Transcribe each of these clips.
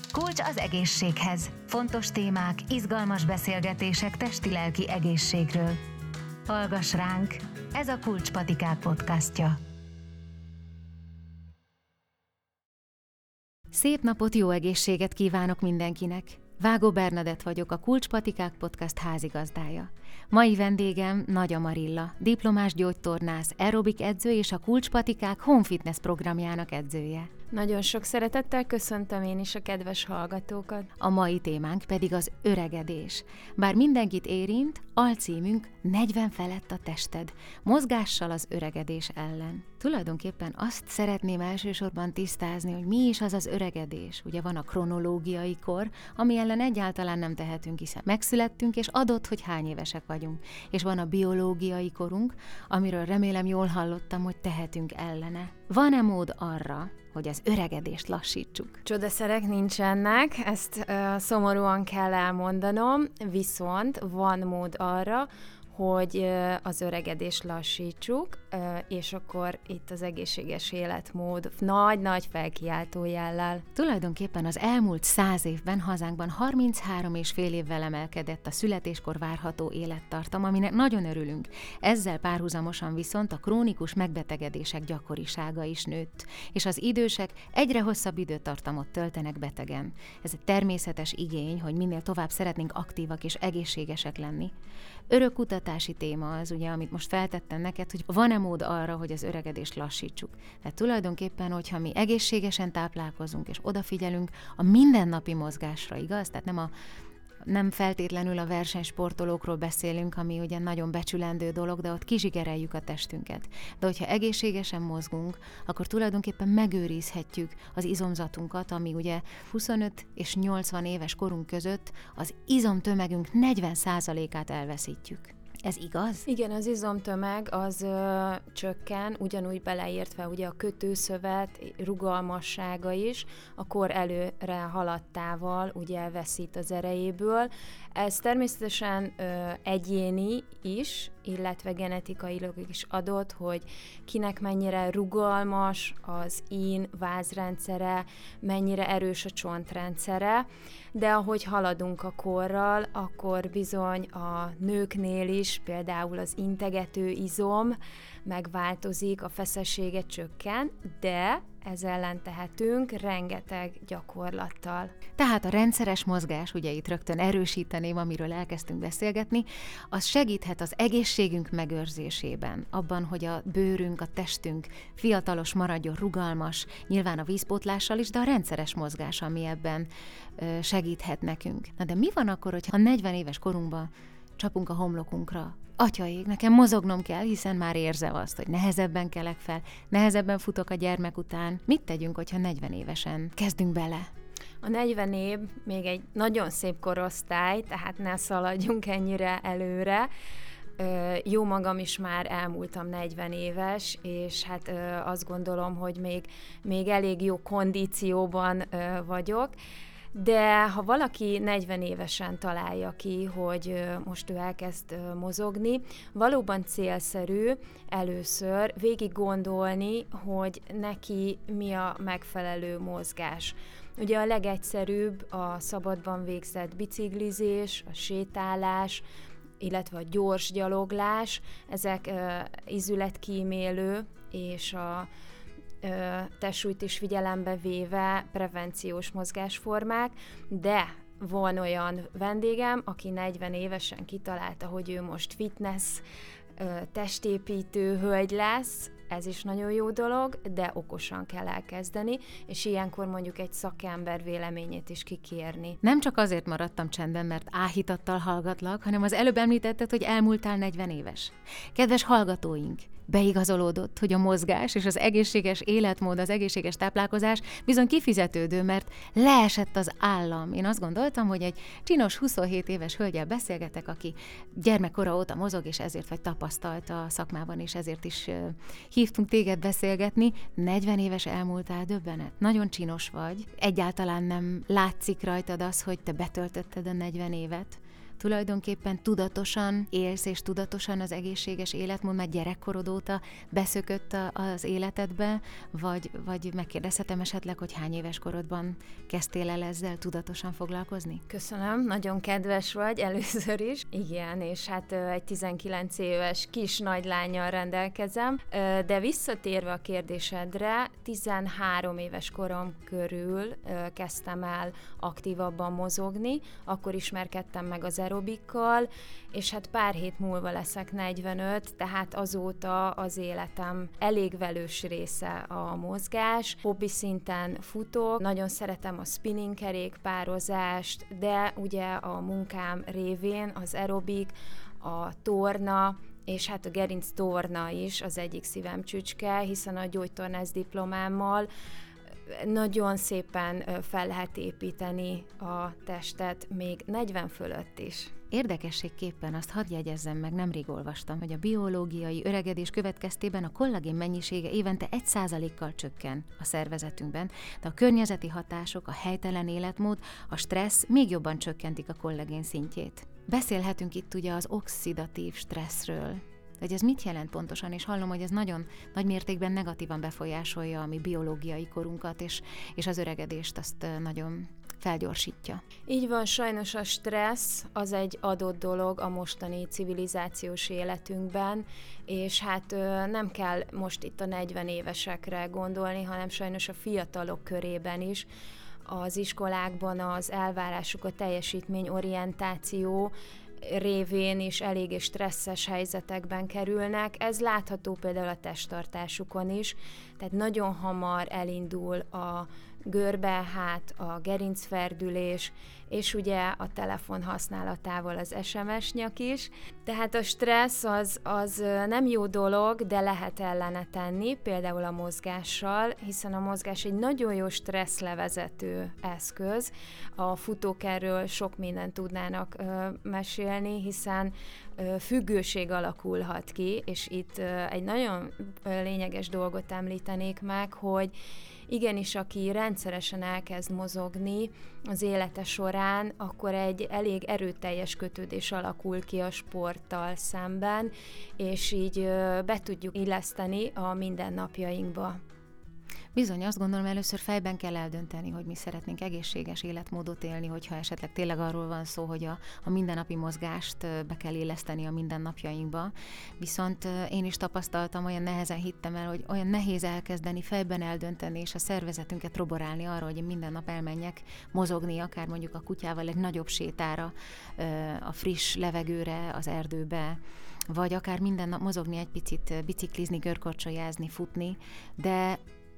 Kulcs az egészséghez. Fontos témák, izgalmas beszélgetések testi-lelki egészségről. Hallgass ránk, ez a Kulcspatikák podcastja. Szép napot, jó egészséget kívánok mindenkinek! Vágó Bernadett vagyok, a Kulcspatikák podcast házigazdája. Mai vendégem Nagy Amarilla, diplomás gyógytornász, aerobik edző és a Kulcspatikák Home Fitness programjának edzője. Nagyon sok szeretettel köszöntöm én is a kedves hallgatókat. A mai témánk pedig az öregedés. Bár mindenkit érint, alcímünk 40 felett a tested, mozgással az öregedés ellen. Tulajdonképpen azt szeretném elsősorban tisztázni, hogy mi is az az öregedés. Ugye van a kronológiai kor, ami ellen egyáltalán nem tehetünk, hiszen megszülettünk, és adott, hogy hány évesek vagyunk. És van a biológiai korunk, amiről remélem jól hallottam, hogy tehetünk ellene. Van-e mód arra, hogy az öregedést lassítsuk? Csodaszerek nincsenek, ezt szomorúan kell elmondanom, viszont van mód arra, hogy az öregedést lassítsuk, és akkor itt az egészséges életmód nagy-nagy felkiáltó jellel. Tulajdonképpen az elmúlt 100 évben hazánkban 33,5 évvel emelkedett a születéskor várható élettartam, aminek nagyon örülünk. Ezzel párhuzamosan viszont a krónikus megbetegedések gyakorisága is nőtt, és az idősek egyre hosszabb időtartamot töltenek betegen. Ez egy természetes igény, hogy minél tovább szeretnénk aktívak és egészségesek lenni. Örökkutatási téma az, ugye, amit most feltettem neked, hogy van-e mód arra, hogy az öregedést lassítsuk. Tehát tulajdonképpen, hogyha mi egészségesen táplálkozunk és odafigyelünk a mindennapi mozgásra, igaz? Tehát nem feltétlenül a versenysportolókról beszélünk, ami ugye nagyon becsülendő dolog, de ott kizsigereljük a testünket. De hogyha egészségesen mozgunk, akkor tulajdonképpen megőrizhetjük az izomzatunkat, ami ugye 25 és 80 éves korunk között az izomtömegünk 40%-át elveszítjük. Ez igaz? Igen, az izomtömeg az csökken, ugyanúgy beleértve ugye a kötőszövet, rugalmassága is, a kor előre haladtával ugye veszít az erejéből. Ez természetesen egyéni is, illetve genetikailag is adott, hogy kinek mennyire rugalmas az vázrendszere, mennyire erős a csontrendszere, de ahogy haladunk a korral, akkor bizony a nőknél is például az integető izom megváltozik, a feszessége csökken, de ez ellen tehetünk rengeteg gyakorlattal. Tehát a rendszeres mozgás, ugye itt rögtön erősíteném, amiről elkezdtünk beszélgetni, az segíthet az egészségünk megőrzésében, abban, hogy a bőrünk, a testünk fiatalos maradjon, rugalmas, nyilván a vízpótlással is, de a rendszeres mozgás, ami ebben segíthet nekünk. Na de mi van akkor, hogyha 40 éves korunkban csapunk a homlokunkra? Atyaég, nekem mozognom kell, hiszen már érzem azt, hogy nehezebben kelek fel, nehezebben futok a gyermek után. Mit tegyünk, hogyha 40 évesen kezdünk bele? A 40 év még egy nagyon szép korosztály, tehát ne szaladjunk ennyire előre. Jó magam is már elmúltam 40 éves, és hát azt gondolom, hogy még elég jó kondícióban vagyok. De ha valaki 40 évesen találja ki, hogy most ő elkezd mozogni, valóban célszerű először végig gondolni, hogy neki mi a megfelelő mozgás. Ugye a legegyszerűbb a szabadban végzett biciklizés, a sétálás, illetve a gyors gyaloglás, ezek izületkímélő és a testsúlyt is figyelembe véve prevenciós mozgásformák, de van olyan vendégem, aki 40 évesen kitalálta, hogy ő most fitness, testépítő hölgy lesz, ez is nagyon jó dolog, de okosan kell elkezdeni, és ilyenkor mondjuk egy szakember véleményét is kikérni. Nem csak azért maradtam csendben, mert áhítattal hallgatlak, hanem az előbb említetted, hogy elmúltál 40 éves. Kedves hallgatóink, beigazolódott, hogy a mozgás és az egészséges életmód, az egészséges táplálkozás bizony kifizetődő, mert leesett az állam. Én azt gondoltam, hogy egy csinos 27 éves hölgyel beszélgetek, aki gyermekkora óta mozog, és ezért vagy tapasztalt a szakmában, és ezért is hívtunk téged beszélgetni. 40 éves elmúltál, döbbenet. Nagyon csinos vagy. Egyáltalán nem látszik rajtad az, hogy te betöltötted a 40 évet. tulajdonképpen tudatosan élsz, és tudatosan az egészséges életmód már gyerekkorod óta beszökött az életedbe, vagy megkérdezhetem esetleg, hogy hány éves korodban kezdtél el ezzel tudatosan foglalkozni? Köszönöm, nagyon kedves vagy először is. Igen, és hát egy 19 éves kis nagylánnyal rendelkezem, de visszatérve a kérdésedre, 13 éves korom körül kezdtem el aktívabban mozogni, akkor ismerkedtem meg az aerobikkal, és hát pár hét múlva leszek 45, tehát azóta az életem elég velős része a mozgás. Hobbi szinten futok, nagyon szeretem a spinning kerékpározást, de ugye a munkám révén az aerobik, a torna, és hát a gerinc torna is az egyik szívem csücske, hiszen a gyógytornász diplomámmal nagyon szépen fel lehet építeni a testet, még 40 fölött is. Érdekességképpen azt hadd jegyezzem meg, nemrég olvastam, hogy a biológiai öregedés következtében a kollagén mennyisége évente 1%-kal csökken a szervezetünkben, de a környezeti hatások, a helytelen életmód, a stressz még jobban csökkentik a kollagén szintjét. Beszélhetünk itt ugye az oxidatív stresszről, hogy ez mit jelent pontosan, és hallom, hogy ez nagyon nagy mértékben negatívan befolyásolja a mi biológiai korunkat, és az öregedést azt nagyon felgyorsítja. Így van, sajnos a stressz az egy adott dolog a mostani civilizációs életünkben, és hát nem kell most itt a 40 évesekre gondolni, hanem sajnos a fiatalok körében is. Az iskolákban az elvárásuk, a teljesítményorientáció révén is eléggé stresszes helyzetekben kerülnek. Ez látható például a testtartásukon is, tehát nagyon hamar elindul a görbehát, a gerincferdülés, és ugye a telefon használatával az SMS nyak is. Tehát a stressz az nem jó dolog, de lehet ellene tenni, például a mozgással, hiszen a mozgás egy nagyon jó stresszlevezető eszköz. A futók erről sok mindent tudnának mesélni, hiszen függőség alakulhat ki, és itt egy nagyon lényeges dolgot említenék meg, hogy igenis, aki rendszeresen elkezd mozogni az élete során, akkor egy elég erőteljes kötődés alakul ki a sporttal szemben, és így be tudjuk illeszteni a mindennapjainkba. Bizony, azt gondolom, először fejben kell eldönteni, hogy mi szeretnénk egészséges életmódot élni, hogyha esetleg tényleg arról van szó, hogy a mindennapi mozgást be kell illeszteni a mindennapjainkba. Viszont én is tapasztaltam, olyan nehezen hittem el, hogy olyan nehéz elkezdeni fejben eldönteni, és a szervezetünket roborálni arra, hogy én minden nap elmenjek mozogni, akár mondjuk a kutyával egy nagyobb sétára, a friss levegőre, az erdőbe, vagy akár minden nap mozogni egy picit, biciklizni, görkorcsolyázni, futni, de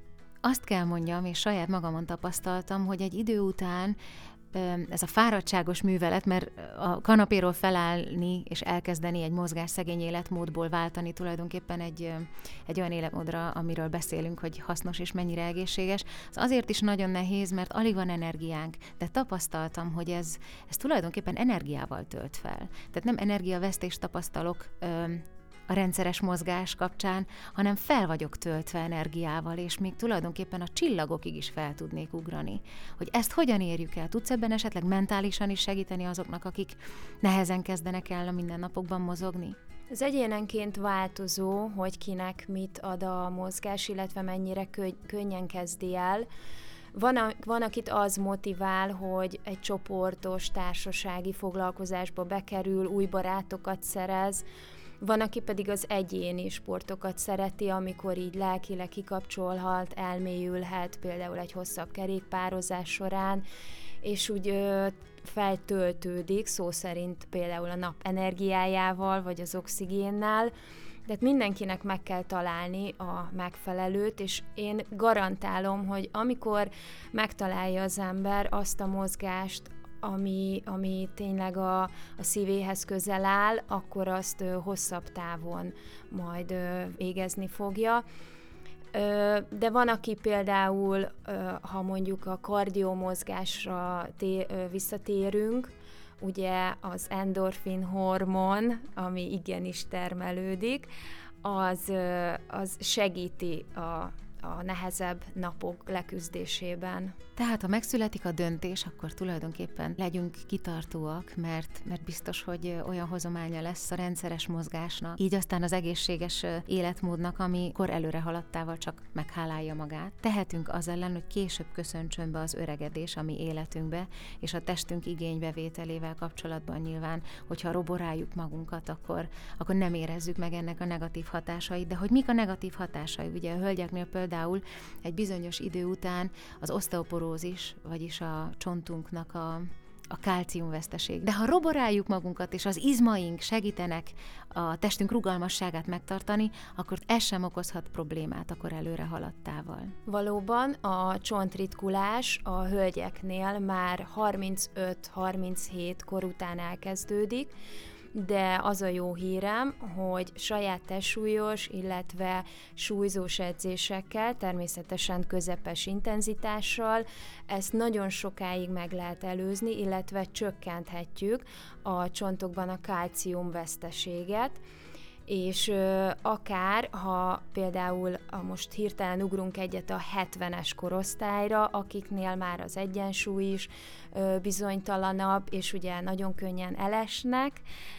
azt kell mondjam, és saját magamon tapasztaltam, hogy egy idő után ez a fáradtságos művelet, mert a kanapéról felállni és elkezdeni egy mozgásszegény életmódból váltani tulajdonképpen egy olyan életmódra, amiről beszélünk, hogy hasznos és mennyire egészséges, az azért is nagyon nehéz, mert alig van energiánk, de tapasztaltam, hogy ez tulajdonképpen energiával tölt fel. Tehát nem energiavesztést tapasztalok a rendszeres mozgás kapcsán, hanem fel vagyok töltve energiával, és még tulajdonképpen a csillagokig is fel tudnék ugrani. Hogy ezt hogyan érjük el? Tudsz ebben esetleg mentálisan is segíteni azoknak, akik nehezen kezdenek el a mindennapokban mozogni? Ez egyénenként változó, hogy kinek mit ad a mozgás, illetve mennyire könnyen kezdi el. Van, akit az motivál, hogy egy csoportos, társasági foglalkozásba bekerül, új barátokat szerez. Van, aki pedig az egyéni sportokat szereti, amikor így lelkileg kikapcsolhat, elmélyülhet, például egy hosszabb kerékpározás során, és úgy feltöltődik, szó szerint például a nap energiájával, vagy az oxigénnel. Tehát mindenkinek meg kell találni a megfelelőt, és én garantálom, hogy amikor megtalálja az ember azt a mozgást, ami tényleg a szívéhez közel áll, akkor azt hosszabb távon majd végezni fogja. De van, aki például, ha mondjuk a kardiomozgásra visszatérünk, ugye az endorfin hormon, ami igenis termelődik, az segíti a nehezebb napok leküzdésében. Tehát, ha megszületik a döntés, akkor tulajdonképpen legyünk kitartóak, mert biztos, hogy olyan hozománya lesz a rendszeres mozgásnak, így aztán az egészséges életmódnak, ami kor előre haladtával csak meghálálja magát. Tehetünk az ellen, hogy később köszöntsön be az öregedés a mi életünkbe, és a testünk igénybevételével kapcsolatban nyilván, hogyha roboráljuk magunkat, akkor nem érezzük meg ennek a negatív hatásait. De hogy mik a negatív hatásai? Ugye a hölgyeknél például egy bizonyos idő után az oszteoporózis, vagyis a csontunknak a kálciumveszteség. De ha roboráljuk magunkat, és az izmaink segítenek a testünk rugalmasságát megtartani, akkor ez sem okozhat problémát a kor előre haladtával. Valóban a csontritkulás a hölgyeknél már 35-37 kor után elkezdődik, de az a jó hírem, hogy saját testsúlyos, illetve súlyzós edzésekkel, természetesen közepes intenzitással ezt nagyon sokáig meg lehet előzni, illetve csökkenthetjük a csontokban a kálcium veszteséget, és akár, ha például most hirtelen ugrunk egyet a 70-es korosztályra, akiknél már az egyensúly is bizonytalanabb, és ugye nagyon könnyen elesnek,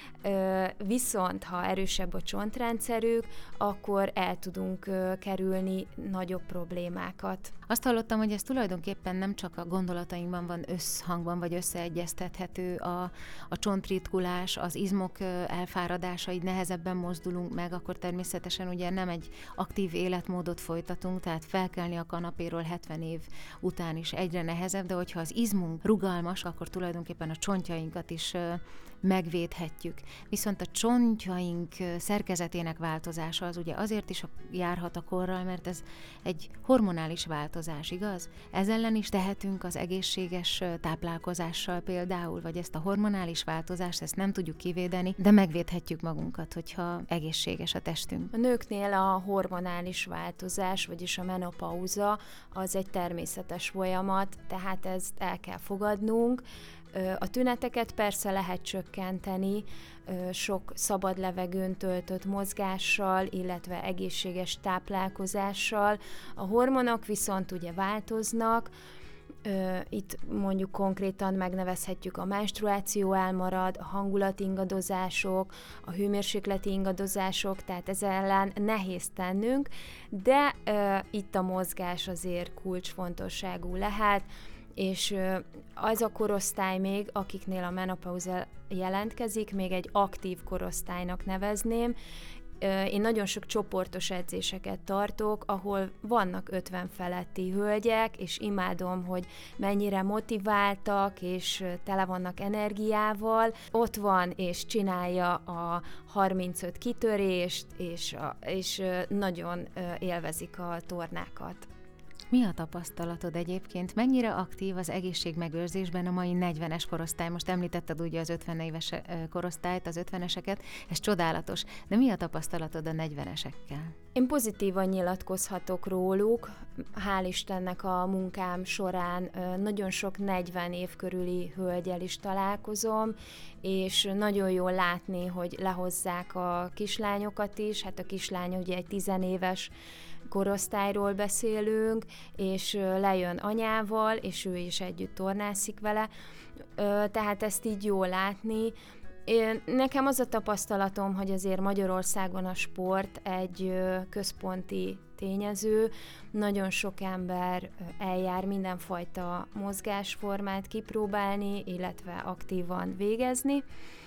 viszont ha erősebb a csontrendszerük, akkor el tudunk kerülni nagyobb problémákat. Azt hallottam, hogy ez tulajdonképpen nem csak a gondolatainkban van összhangban, vagy összeegyeztethető a csontritkulás, az izmok elfáradása, így nehezebben mozdulunk meg, akkor természetesen ugye nem egy aktív életmódot folytatunk, tehát felkelni a kanapéról 70 év után is egyre nehezebb, de hogyha az izmunk rugalmas, akkor tulajdonképpen a csontjainkat is megvédhetjük. Viszont a csontjaink szerkezetének változása az ugye azért is járhat a korral, mert ez egy hormonális változás, igaz? Ez ellen is tehetünk az egészséges táplálkozással például, vagy ezt a hormonális változást, ezt nem tudjuk kivédeni, de megvédhetjük magunkat, hogyha egészséges a testünk. A nőknél a hormonális változás, vagyis a menopauza, az egy természetes folyamat, tehát ezt el kell fogadnunk. A tüneteket persze lehet csökkenteni sok szabad levegőn töltött mozgással, illetve egészséges táplálkozással. A hormonok viszont ugye változnak, itt mondjuk konkrétan megnevezhetjük a menstruáció elmarad, a hangulatingadozások, a hőmérsékleti ingadozások, tehát ez ellen nehéz tennünk, de itt a mozgás azért kulcsfontosságú lehet, és az a korosztály még, akiknél a menopauza jelentkezik, még egy aktív korosztálynak nevezném. Én nagyon sok csoportos edzéseket tartok, ahol vannak 50 feletti hölgyek, és imádom, hogy mennyire motiváltak, és tele vannak energiával. Ott van, és csinálja a 35 kitörést, és nagyon élvezik a tornákat. Mi a tapasztalatod egyébként? Mennyire aktív az egészségmegőrzésben a mai 40-es korosztály? Most említetted ugye az 50 éves korosztályt, az 50-eseket, ez csodálatos. De mi a tapasztalatod a 40-esekkel? Én pozitívan nyilatkozhatok róluk. Hál' Istennek a munkám során nagyon sok 40 év körüli hölgyel is találkozom, és nagyon jól látni, hogy lehozzák a kislányokat is. Hát a kislány ugye egy 10 éves korosztályról beszélünk, és lejön anyával, és ő is együtt tornászik vele, tehát ezt így jól látni. Nekem az a tapasztalatom, hogy azért Magyarországon a sport egy központi tényező, nagyon sok ember eljár mindenfajta mozgásformát kipróbálni, illetve aktívan végezni,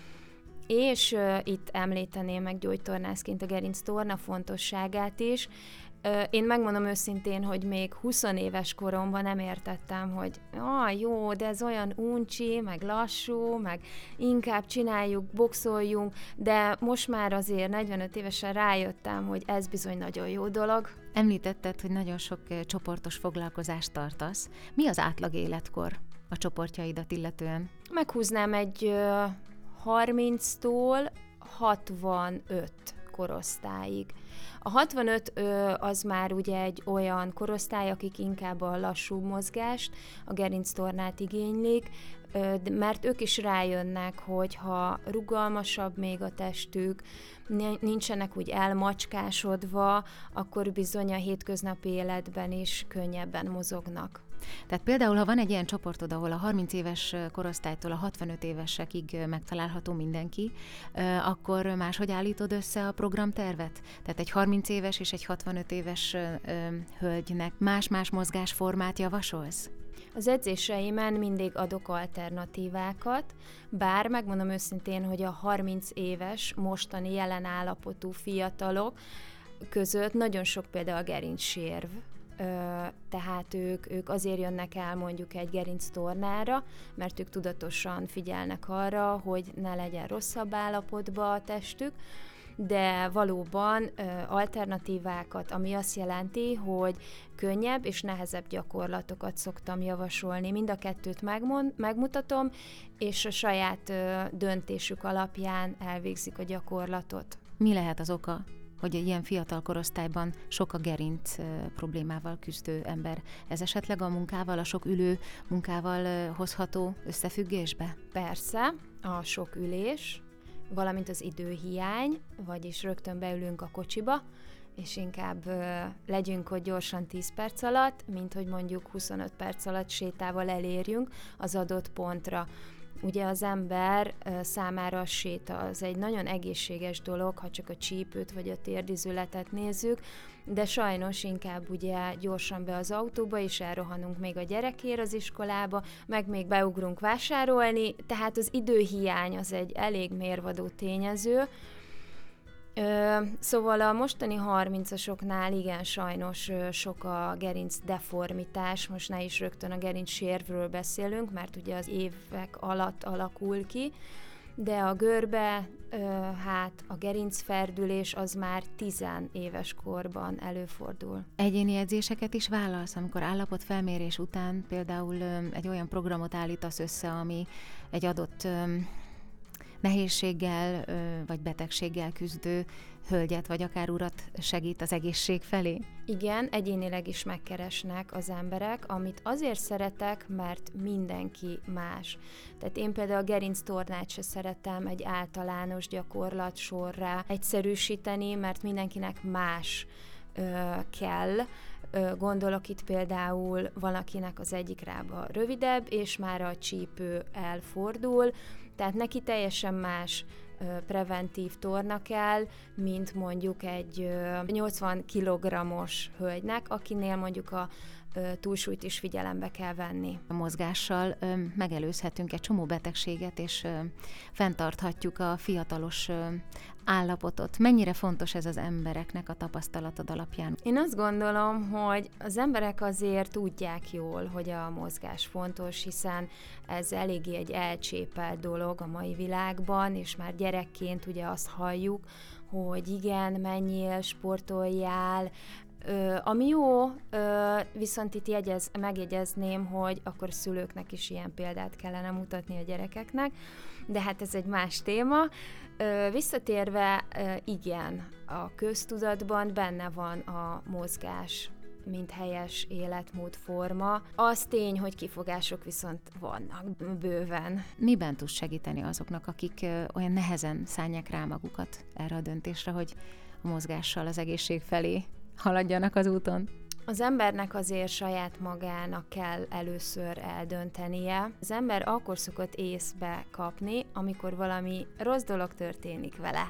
és itt említeném meg gyógytornászként a gerinc torna fontosságát is. Én megmondom őszintén, hogy még 20 éves koromban nem értettem, hogy jó, de ez olyan uncsi, meg lassú, meg inkább csináljuk, boxoljunk, de most már azért 45 évesen rájöttem, hogy ez bizony nagyon jó dolog. Említetted, hogy nagyon sok csoportos foglalkozást tartasz. Mi az átlag életkor a csoportjaidat illetően? Meghúznám egy 30-tól 65 korosztályig. A 65 az már ugye egy olyan korosztály, akik inkább a lassú mozgást, a gerinctornát igénylik, mert ők is rájönnek, hogy ha rugalmasabb még a testük, nincsenek úgy elmacskásodva, akkor bizony a hétköznapi életben is könnyebben mozognak. Tehát például, ha van egy ilyen csoportod, ahol a 30 éves korosztálytól a 65 évesekig megtalálható mindenki, akkor máshogy állítod össze a programtervet? Tehát egy 30 éves és egy 65 éves hölgynek más-más mozgásformát javasolsz? Az edzéseimen mindig adok alternatívákat, bár megmondom őszintén, hogy a 30 éves, mostani jelen állapotú fiatalok között nagyon sok például a gerincsérv, tehát ők azért jönnek el mondjuk egy gerinctornára, mert ők tudatosan figyelnek arra, hogy ne legyen rosszabb állapotban a testük, de valóban alternatívákat, ami azt jelenti, hogy könnyebb és nehezebb gyakorlatokat szoktam javasolni. Mind a kettőt megmutatom, és a saját döntésük alapján elvégzik a gyakorlatot. Mi lehet az oka, hogy ilyen fiatal korosztályban sok a gerinc problémával küzdő ember? Ez esetleg a munkával, a sok ülő munkával hozható összefüggésbe? Persze, a sok ülés, valamint az időhiány, vagyis rögtön beülünk a kocsiba, és inkább legyünk ott gyorsan 10 perc alatt, mint hogy mondjuk 25 perc alatt sétával elérjünk az adott pontra. Ugye az ember számára a séta az egy nagyon egészséges dolog, ha csak a csípőt vagy a térdizületet nézzük, de sajnos inkább ugye gyorsan be az autóba, és elrohanunk még a gyerekért az iskolába, meg még beugrunk vásárolni, tehát az időhiány az egy elég mérvadó tényező. Szóval a mostani 30-asoknál igen, sajnos sok a gerinc deformitás, most ne is rögtön a gerinc sérvről beszélünk, mert ugye az évek alatt alakul ki, de a görbe, a gerincferdülés az már 10 éves korban előfordul. Egyéni edzéseket is vállalsz, amikor állapotfelmérés után például egy olyan programot állítasz össze, ami egy adott nehézséggel vagy betegséggel küzdő hölgyet vagy akár urat segít az egészség felé? Igen, egyénileg is megkeresnek az emberek, amit azért szeretek, mert mindenki más. Tehát én például a gerinctornát se szeretem egy általános gyakorlat sorrá egyszerűsíteni, mert mindenkinek más kell. Gondolok itt például van, akinek az egyik rába rövidebb, és már a csípő elfordul, tehát neki teljesen más preventív torna kell, mint mondjuk egy 80 kg-os hölgynek, akinél mondjuk a túlsúlyt is figyelembe kell venni. A mozgással megelőzhetünk egy csomó betegséget, és fenntarthatjuk a fiatalos állapotot. Mennyire fontos ez az embereknek a tapasztalatod alapján? Én azt gondolom, hogy az emberek azért tudják jól, hogy a mozgás fontos, hiszen ez eléggé egy elcsépelt dolog a mai világban, és már gyerekként ugye azt halljuk, hogy igen, menjél, sportoljál, ami jó, viszont itt megjegyezném, hogy akkor szülőknek is ilyen példát kellene mutatni a gyerekeknek, de hát ez egy más téma. Visszatérve, igen, a köztudatban benne van a mozgás, mint helyes életmódforma. Az tény, hogy kifogások viszont vannak bőven. Miben tudsz segíteni azoknak, akik olyan nehezen szánják rá magukat erre a döntésre, hogy a mozgással az egészség felé haladjanak az úton? Az embernek azért saját magának kell először eldöntenie. Az ember akkor szokott észbe kapni, amikor valami rossz dolog történik vele.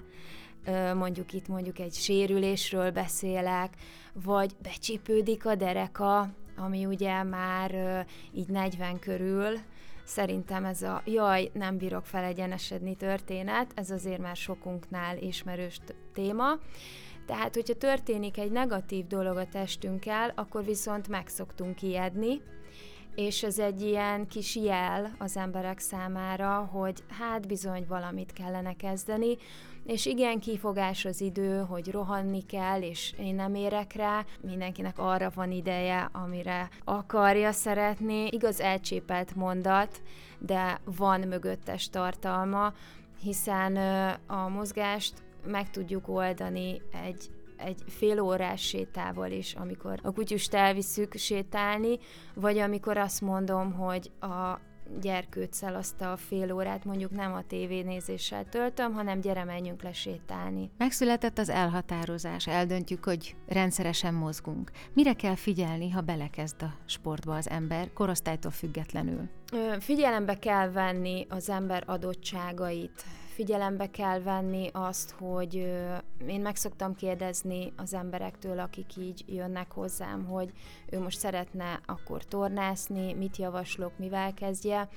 Mondjuk egy sérülésről beszélek, vagy becsípődik a dereka, ami ugye már így 40 körül. Szerintem ez a jaj, nem bírok felegyenesedni történet, ez azért már sokunknál ismerős téma. Tehát, hogyha történik egy negatív dolog a testünkkel, akkor viszont meg szoktunk ijedni, és ez egy ilyen kis jel az emberek számára, hogy hát bizony valamit kellene kezdeni, és igen, kifogás az idő, hogy rohanni kell, és én nem érek rá, mindenkinek arra van ideje, amire akarja szeretni. Igaz, elcsépelt mondat, de van mögöttes tartalma, hiszen a mozgást meg tudjuk oldani egy fél órás sétával is, amikor a kutyust elviszük sétálni, vagy amikor azt mondom, hogy a gyerkőccel azt a fél órát mondjuk nem a tévénézéssel töltöm, hanem gyere, menjünk le sétálni. Megszületett az elhatározás, eldöntjük, hogy rendszeresen mozgunk. Mire kell figyelni, ha belekezd a sportba az ember, korosztálytól függetlenül? Figyelembe kell venni az ember adottságait. Figyelembe kell venni azt, hogy én meg szoktam kérdezni az emberektől, akik így jönnek hozzám, hogy ő most szeretne akkor tornászni, mit javaslok, mivel kezdje.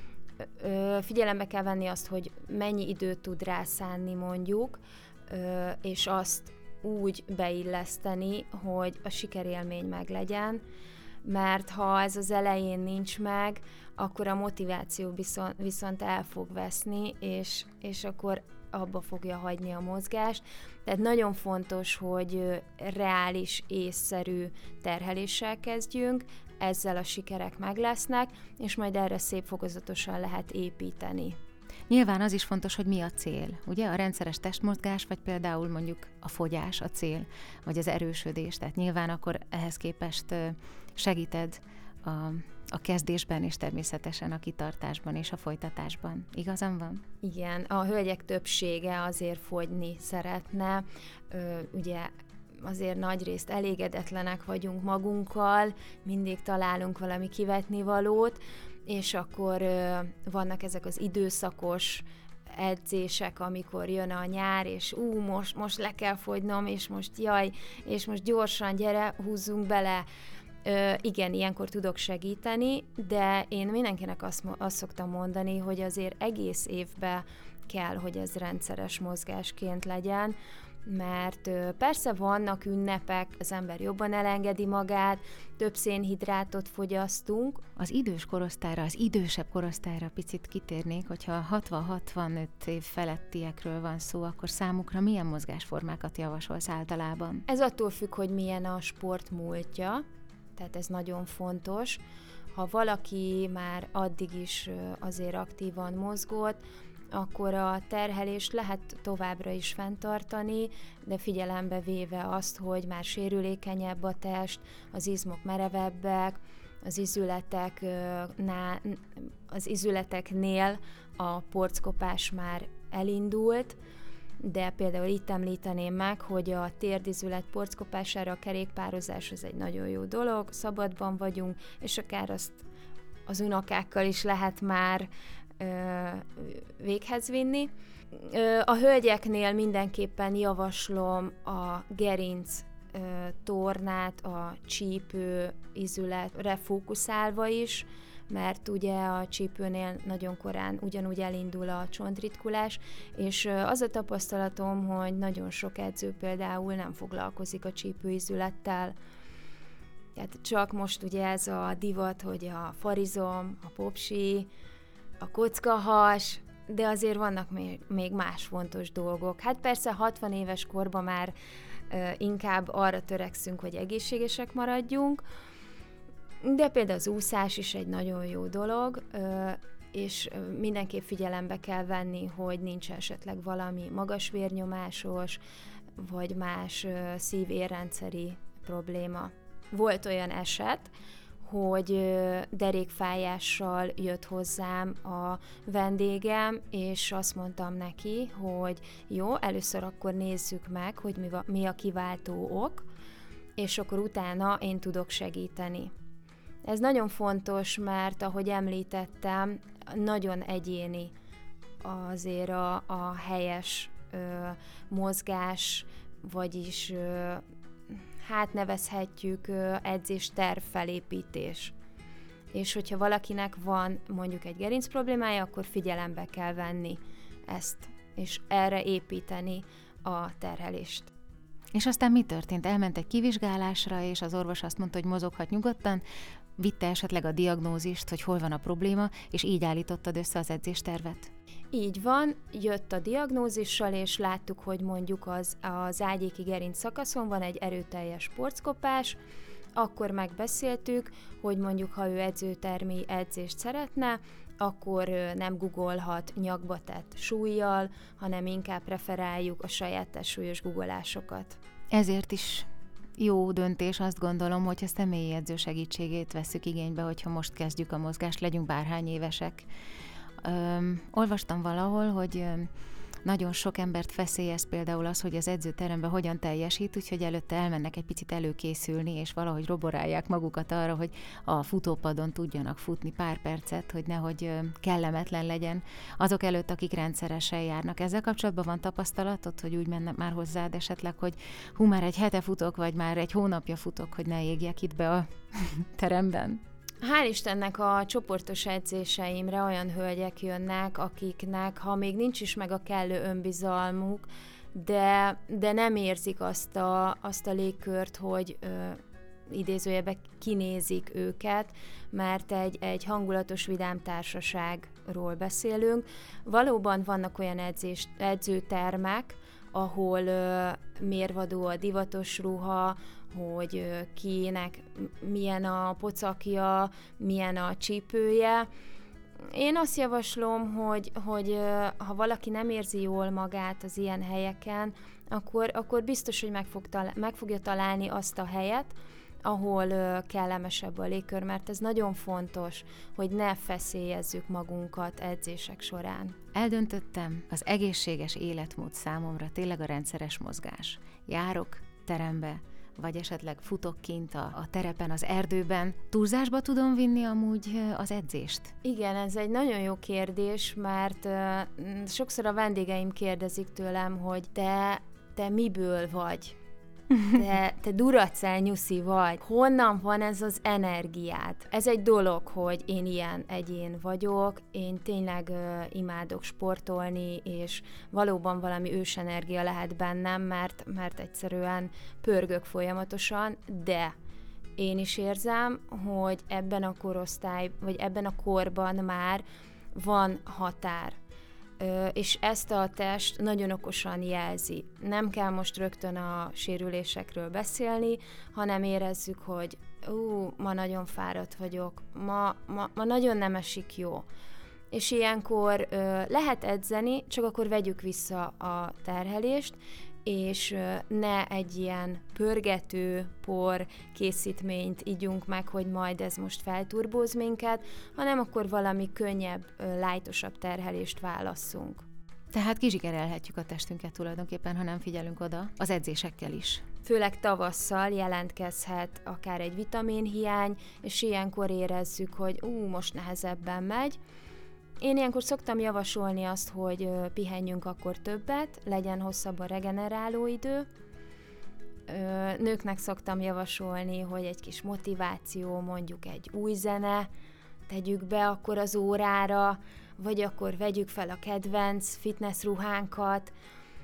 Figyelembe kell venni azt, hogy mennyi időt tud rászánni mondjuk, és azt úgy beilleszteni, hogy a sikerélmény meglegyen, mert ha ez az elején nincs meg, akkor a motiváció viszont el fog veszni, és akkor abba fogja hagyni a mozgást. Tehát nagyon fontos, hogy reális, észszerű terheléssel kezdjünk, ezzel a sikerek meg lesznek, és majd erre szép fokozatosan lehet építeni. Nyilván az is fontos, hogy mi a cél, ugye? A rendszeres testmozgás, vagy például mondjuk a fogyás a cél, vagy az erősödés. Tehát nyilván akkor ehhez képest segíted a kezdésben, és természetesen a kitartásban és a folytatásban. Igazam van? Igen, a hölgyek többsége azért fogyni szeretne, ugye azért nagyrészt elégedetlenek vagyunk magunkkal, mindig találunk valami kivetnivalót, és akkor vannak ezek az időszakos edzések, amikor jön a nyár, és most le kell fogynom, és most gyorsan, gyere, húzzunk bele. Igen, ilyenkor tudok segíteni, de én mindenkinek azt szoktam mondani, hogy azért egész évben kell, hogy ez rendszeres mozgásként legyen, mert persze vannak ünnepek, az ember jobban elengedi magát, több szénhidrátot fogyasztunk. Az idős korosztályra, az idősebb korosztályra picit kitérnék, hogyha 60-65 év felettiekről van szó, akkor számukra milyen mozgásformákat javasolsz általában? Ez attól függ, hogy milyen a sport múltja, tehát ez nagyon fontos. Ha valaki már addig is azért aktívan mozgott, akkor a terhelést lehet továbbra is fenntartani, de figyelembe véve azt, hogy már sérülékenyebb a test, az izmok merevebbek, az izületeknél a porckopás már elindult, de például itt említeném meg, hogy a térdizület porckopására a kerékpározás az egy nagyon jó dolog, szabadban vagyunk, és akár azt az unokákkal is lehet már véghez vinni. A hölgyeknél mindenképpen javaslom a gerinc tornát, a csípő izületre fókuszálva is, mert ugye a csípőnél nagyon korán ugyanúgy elindul a csontritkulás, és az a tapasztalatom, hogy nagyon sok edző például nem foglalkozik a csípőizülettel. Tehát csak most ugye ez a divat, hogy a farizom, a popsi, a kockahas, de azért vannak még más fontos dolgok. Hát persze 60 éves korban már inkább arra törekszünk, hogy egészségesek maradjunk, de például az úszás is egy nagyon jó dolog, és mindenképp figyelembe kell venni, hogy nincs esetleg valami magas vérnyomásos, vagy más szív-érrendszeri probléma. Volt olyan eset, hogy derékfájással jött hozzám a vendégem, és azt mondtam neki, hogy jó, először akkor nézzük meg, hogy mi a kiváltó ok, és akkor utána én tudok segíteni. Ez nagyon fontos, mert ahogy említettem, nagyon egyéni azért a helyes mozgás, vagyis hát nevezhetjük edzésterv felépítés. És hogyha valakinek van mondjuk egy gerinc problémája, akkor figyelembe kell venni ezt, és erre építeni a terhelést. És aztán mi történt? Elment egy kivizsgálásra, és az orvos azt mondta, hogy mozoghat nyugodtan, vitte esetleg a diagnózist, hogy hol van a probléma, és így állítottad össze az edzéstervet? Így van, jött a diagnózissal, és láttuk, hogy mondjuk az ágyéki gerinc szakaszon van egy erőteljes porckopás, akkor megbeszéltük, hogy mondjuk ha ő edzőtermi edzést szeretne, akkor nem googolhat nyakba tett súlyjal, hanem inkább preferáljuk a saját testsúlyos guggolásokat. Ezért is jó döntés, azt gondolom, hogy a személyi edző segítségét vesszük igénybe, hogyha most kezdjük a mozgást, legyünk bárhány évesek. Olvastam valahol, hogy nagyon sok embert feszélyez például az, hogy az edzőteremben hogyan teljesít, úgyhogy előtte elmennek egy picit előkészülni, és valahogy roborálják magukat arra, hogy a futópadon tudjanak futni pár percet, hogy nehogy kellemetlen legyen azok előtt, akik rendszeresen járnak. Ezzel kapcsolatban van tapasztalatod, hogy úgy mennek már hozzád esetleg, hogy hú, már egy hete futok, vagy már egy hónapja futok, hogy ne égjek itt be a teremben? Hál' Istennek a csoportos edzéseimre olyan hölgyek jönnek, akiknek, ha még nincs is meg a kellő önbizalmuk, de nem érzik azt a légkört, hogy idézőjelben kinézik őket, mert egy hangulatos, vidám társaságról beszélünk. Valóban vannak olyan edzőtermek, ahol mérvadó a divatos ruha, hogy kinek milyen a pocakja, milyen a csípője. Én azt javaslom, hogy ha valaki nem érzi jól magát az ilyen helyeken, akkor biztos, hogy meg fogja találni azt a helyet, ahol kellemesebb a légkör, mert ez nagyon fontos, hogy ne feszélyezzük magunkat edzések során. Eldöntöttem, az egészséges életmód számomra tényleg a rendszeres mozgás. Járok terembe, vagy esetleg futok kint a terepen, az erdőben. Túlzásba tudom vinni amúgy az edzést? Igen, ez egy nagyon jó kérdés, mert sokszor a vendégeim kérdezik tőlem, hogy te miből vagy? Te duracell nyuszi vagy. Honnan van ez az energiád? Ez egy dolog, hogy én ilyen egyén vagyok, én tényleg imádok sportolni, és valóban valami ősenergia lehet bennem, mert egyszerűen pörgök folyamatosan, de én is érzem, hogy ebben a vagy ebben a korban már van határ. És ezt a test nagyon okosan jelzi. Nem kell most rögtön a sérülésekről beszélni, hanem érezzük, hogy ma nagyon fáradt vagyok, ma nagyon nem esik jó. És ilyenkor lehet edzeni, csak akkor vegyük vissza a terhelést, és ne egy ilyen pörgető por készítményt igyunk meg, hogy majd ez most felturbóz minket, hanem akkor valami könnyebb, lightosabb terhelést válasszunk. Tehát kizsigerelhetjük a testünket tulajdonképpen, ha nem figyelünk oda, az edzésekkel is. Főleg tavasszal jelentkezhet akár egy vitaminhiány, és ilyenkor érezzük, hogy most nehezebben megy. Én ilyenkor szoktam javasolni azt, hogy pihenjünk akkor többet, legyen hosszabb a regeneráló idő. Nőknek szoktam javasolni, hogy egy kis motiváció, mondjuk egy új zene, tegyük be akkor az órára, vagy akkor vegyük fel a kedvenc fitness ruhánkat,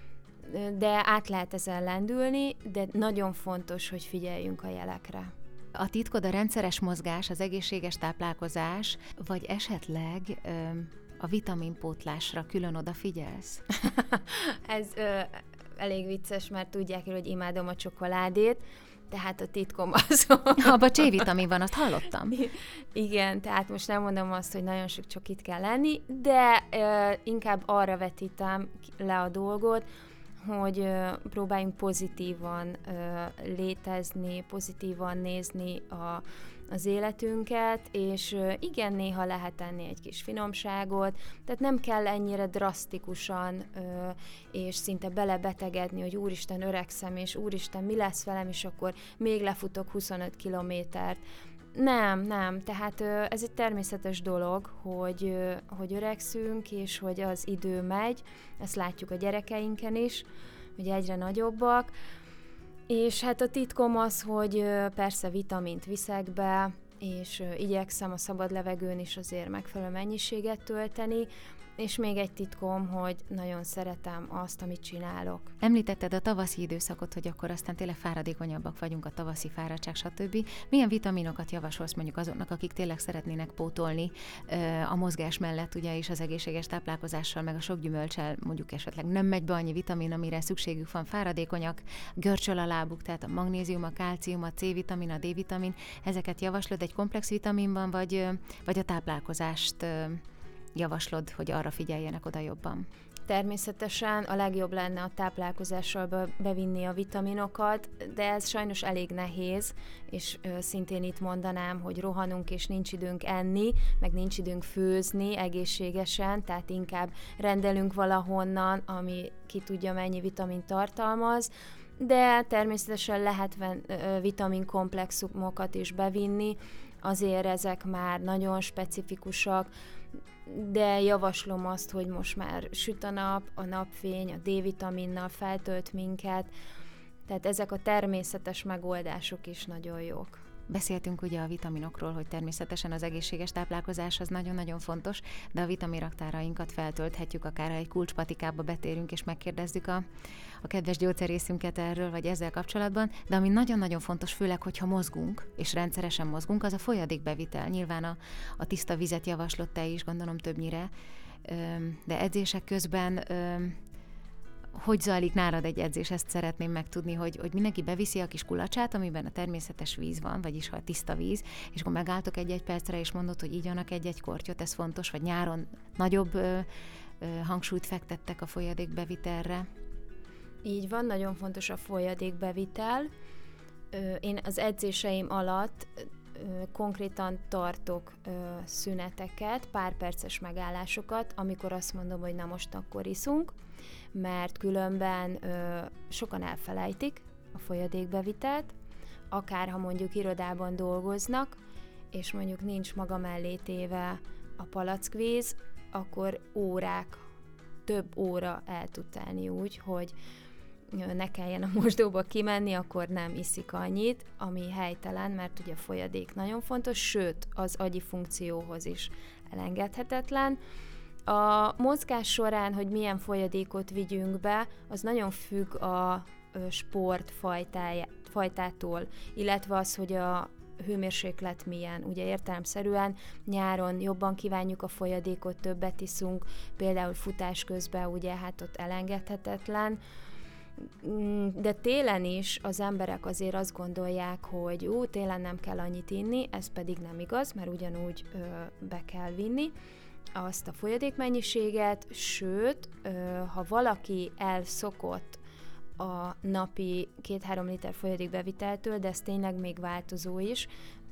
de át lehet ezen lendülni, de nagyon fontos, hogy figyeljünk a jelekre. A titkod a rendszeres mozgás, az egészséges táplálkozás, vagy esetleg a vitaminpótlásra külön odafigyelsz? Ez elég vicces, mert tudják, hogy imádom a csokoládét, tehát a titkom az. Abba C-vitamin van, azt hallottam. Igen, tehát most nem mondom azt, hogy nagyon sok csokit kell lenni, de inkább arra vetítem le a dolgot, hogy próbáljunk pozitívan létezni, pozitívan nézni az életünket, és igen, néha lehet enni egy kis finomságot, tehát nem kell ennyire drasztikusan és szinte belebetegedni, hogy úristen, öregszem, és úristen, mi lesz velem, és akkor még lefutok 25 kilométert. Nem, tehát ez egy természetes dolog, hogy öregszünk, és hogy az idő megy, ezt látjuk a gyerekeinken is, hogy egyre nagyobbak, és hát a titkom az, hogy persze vitamint viszek be, és igyekszem a szabad levegőn is azért megfelelő mennyiséget tölteni, És még egy titkom, hogy nagyon szeretem azt, amit csinálok. Említetted a tavaszi időszakot, hogy akkor aztán tényleg fáradékonyabbak vagyunk, a tavaszi fáradtság, stb. Milyen vitaminokat javasolsz mondjuk azoknak, akik tényleg szeretnének pótolni a mozgás mellett, ugye, és az egészséges táplálkozással, meg a sok gyümölccsel, mondjuk esetleg nem megy be annyi vitamin, amire szükségük van, fáradékonyak, görcsöl a lábuk, tehát a magnézium, a kálcium, a C-vitamin, a D-vitamin, ezeket javaslod egy komplex vitaminban, vagy a táplálkozást javaslod, hogy arra figyeljenek oda jobban? Természetesen a legjobb lenne a táplálkozással bevinni a vitaminokat, de ez sajnos elég nehéz, és szintén itt mondanám, hogy rohanunk és nincs időnk enni, meg nincs időnk főzni egészségesen, tehát inkább rendelünk valahonnan, ami ki tudja mennyi vitamin tartalmaz, de természetesen lehet vitaminkomplexumokat is bevinni, azért ezek már nagyon specifikusak, de javaslom azt, hogy most már süt a napfény, a D-vitaminnal feltölt minket, tehát ezek a természetes megoldások is nagyon jók. Beszéltünk ugye a vitaminokról, hogy természetesen az egészséges táplálkozás az nagyon-nagyon fontos, de a vitaminraktárainkat feltölthetjük, akár ha egy kulcspatikába betérünk és megkérdezzük a kedves gyógyszerészünket erről, vagy ezzel kapcsolatban, de ami nagyon-nagyon fontos, főleg, hogyha mozgunk, és rendszeresen mozgunk, az a folyadékbevitel. Nyilván a tiszta vizet javaslott te is, gondolom többnyire, de edzések közben hogy zajlik nálad egy edzés? Ezt szeretném megtudni, hogy mindenki beviszi a kis kulacsát, amiben a természetes víz van, vagyis a tiszta víz, és akkor megálltok egy-egy percre, és mondod, hogy igyanak egy-egy kortyot, ez fontos, vagy nyáron nagyobb hangsúlyt fektettek a folyadékbevitelre? Így van, nagyon fontos a folyadékbevitel. Én az edzéseim alatt konkrétan tartok szüneteket, pár perces megállásokat, amikor azt mondom, hogy na most akkor iszunk, mert különben sokan elfelejtik a folyadékbevitelt, akár ha mondjuk irodában dolgoznak, és mondjuk nincs maga mellé téve a palackvíz, akkor több óra el tud telni úgy, hogy ne kelljen a mosdóba kimenni, akkor nem iszik annyit, ami helytelen, mert ugye a folyadék nagyon fontos, sőt, az agyi funkcióhoz is elengedhetetlen. A mozgás során, hogy milyen folyadékot vigyünk be, az nagyon függ a sport fajtától, illetve az, hogy a hőmérséklet milyen. Ugye értelemszerűen nyáron jobban kívánjuk a folyadékot, többet iszunk, például futás közben, ugye hát ott elengedhetetlen, de télen is az emberek azért azt gondolják, hogy télen nem kell annyit inni, ez pedig nem igaz, mert ugyanúgy be kell vinni azt a folyadékmennyiséget, sőt, ha valaki elszokott a napi 2-3 liter folyadékbeviteltől, de ez tényleg még változó is,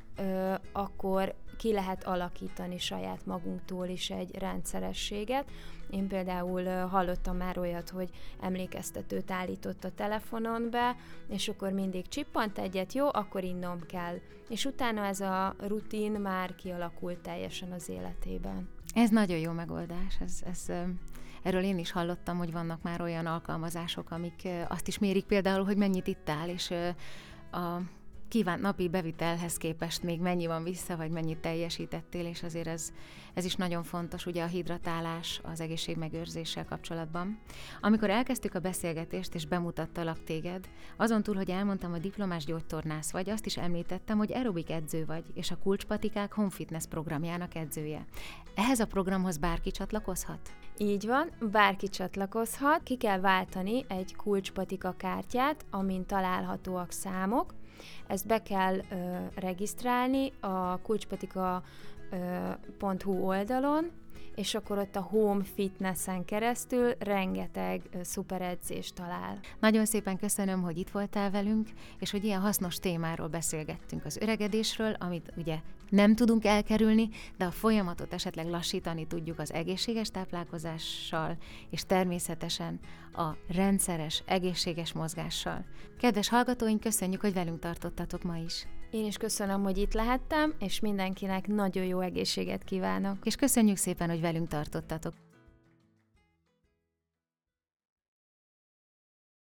akkor ki lehet alakítani saját magunktól is egy rendszerességet. Én például hallottam már olyat, hogy emlékeztetőt állított a telefonon be, és akkor mindig csippant egyet, jó, akkor innom kell. És utána ez a rutin már kialakult teljesen az életében. Ez nagyon jó megoldás. Erről én is hallottam, hogy vannak már olyan alkalmazások, amik azt is mérik például, hogy mennyit ittál, és a kívánt napi bevitelhez képest még mennyi van vissza, vagy mennyit teljesítettél, és azért ez is nagyon fontos, ugye a hidratálás az egészségmegőrzéssel kapcsolatban. Amikor elkezdtük a beszélgetést, és bemutattalak téged, azon túl, hogy elmondtam, hogy diplomás gyógytornász vagy, azt is említettem, hogy aerobik edző vagy, és a Kulcspatikák Home Fitness programjának edzője. Ehhez a programhoz bárki csatlakozhat? Így van, bárki csatlakozhat, ki kell váltani egy kulcspatika kártyát, amin találhatóak számok. Ezt be kell regisztrálni a kulcspatika.hu oldalon, és akkor ott a Home Fitnessen keresztül rengeteg szuper edzést talál. Nagyon szépen köszönöm, hogy itt voltál velünk, és hogy ilyen hasznos témáról beszélgettünk, az öregedésről, amit ugye nem tudunk elkerülni, de a folyamatot esetleg lassítani tudjuk az egészséges táplálkozással, és természetesen a rendszeres, egészséges mozgással. Kedves hallgatóink, köszönjük, hogy velünk tartottatok ma is. Én is köszönöm, hogy itt lehettem, és mindenkinek nagyon jó egészséget kívánok. És köszönjük szépen, hogy velünk tartottatok.